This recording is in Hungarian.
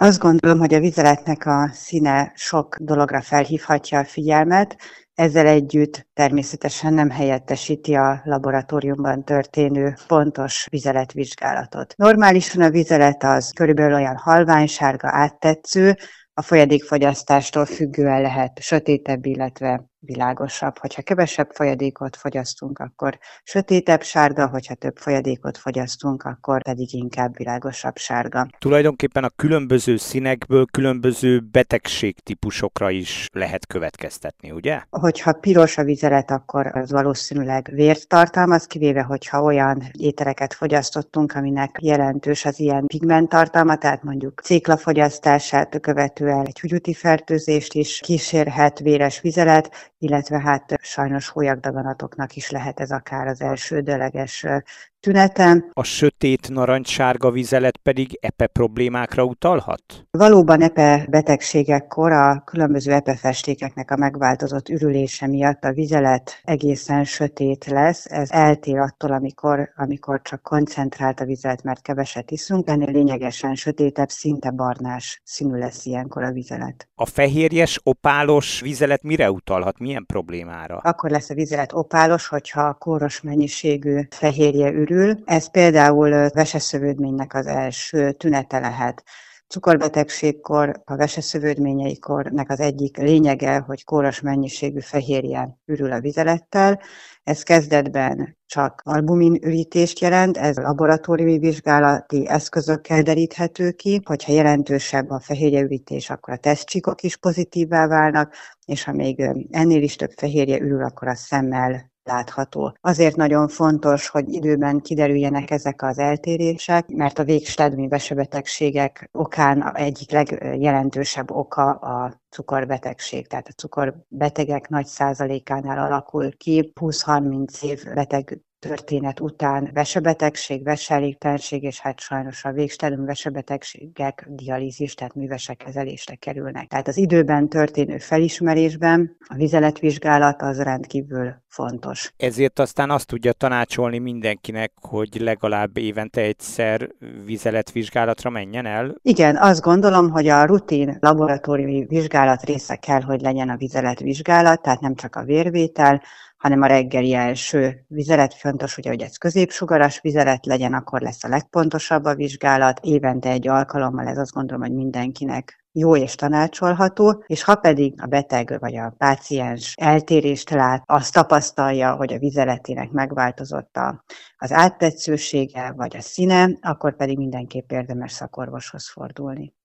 Azt gondolom, hogy a vizeletnek a színe sok dologra felhívhatja a figyelmet, ezzel együtt természetesen nem helyettesíti a laboratóriumban történő pontos vizeletvizsgálatot. Normálisan a vizelet az körülbelül olyan halványsárga, áttetsző, a folyadékfogyasztástól függően lehet sötétebb, illetve világosabb. Hogyha kevesebb folyadékot fogyasztunk, akkor sötétebb sárga, hogyha több folyadékot fogyasztunk, akkor pedig inkább világosabb sárga. Tulajdonképpen a különböző színekből különböző betegségtípusokra is lehet következtetni, ugye? Hogyha piros a vizelet, akkor az valószínűleg vért tartalmaz, kivéve hogyha olyan ételeket fogyasztottunk, aminek jelentős az ilyen pigmenttartalma, tehát mondjuk céklafogyasztását követően egy húgyúti fertőzést is kísérhet véres vizelet, illetve hát sajnos hólyagdaganatoknak is lehet ez akár az elsődleges tünete. A sötét narancssárga vizelet pedig epe problémákra utalhat? Valóban epe betegségekkor a különböző epefestékeknek a megváltozott ürülése miatt a vizelet egészen sötét lesz. Ez eltér attól, amikor csak koncentrált a vizelet, mert keveset iszunk, ennél lényegesen sötétebb, szinte barnás színű lesz ilyenkor a vizelet. A fehérjes, opálos vizelet mire utalhat? Milyen problémára? Akkor lesz a vizelet opálos, hogyha kóros mennyiségű fehérje ürül. Ez például veseszövődménynek az első tünete lehet. Cukorbetegségkor, a veseszövődményeikornak az egyik lényege, hogy kóros mennyiségű fehérje ürül a vizelettel. Ez kezdetben csak albuminürítést jelent, ez laboratóriumi vizsgálati eszközökkel deríthető ki. Hogyha jelentősebb a fehérjeürítés, akkor a tesztcsíkok is pozitívvá válnak, és ha még ennél is több fehérje ürül, akkor a szemmel látható. Azért nagyon fontos, hogy időben kiderüljenek ezek az eltérések, mert a végstádiumi vesebetegségek okán egyik legjelentősebb oka a cukorbetegség. Tehát a cukorbetegek nagy százalékánál alakul ki 20-30 év beteg történet után vesebetegség, veselégtelenség, és hát sajnos a végstádiumi vesebetegségek dialízis, tehát művesek kezelésre kerülnek. Tehát az időben történő felismerésben a vizeletvizsgálat az rendkívül fontos. Ezért aztán azt tudja tanácsolni mindenkinek, hogy legalább évente egyszer vizeletvizsgálatra menjen el? Igen, azt gondolom, hogy a rutin laboratóriumi vizsgálat része kell, hogy legyen a vizeletvizsgálat, tehát nem csak a vérvétel, hanem a reggeli első vizelet. Fontos, ugye, hogy ez középsugaras vizelet legyen, akkor lesz a legpontosabb a vizsgálat. Évente egy alkalommal, ez azt gondolom, hogy mindenkinek jó és tanácsolható, és ha pedig a beteg vagy a páciens eltérést lát, azt tapasztalja, hogy a vizeletének megváltozott az áttetszősége vagy a színe, akkor pedig mindenképp érdemes szakorvoshoz fordulni.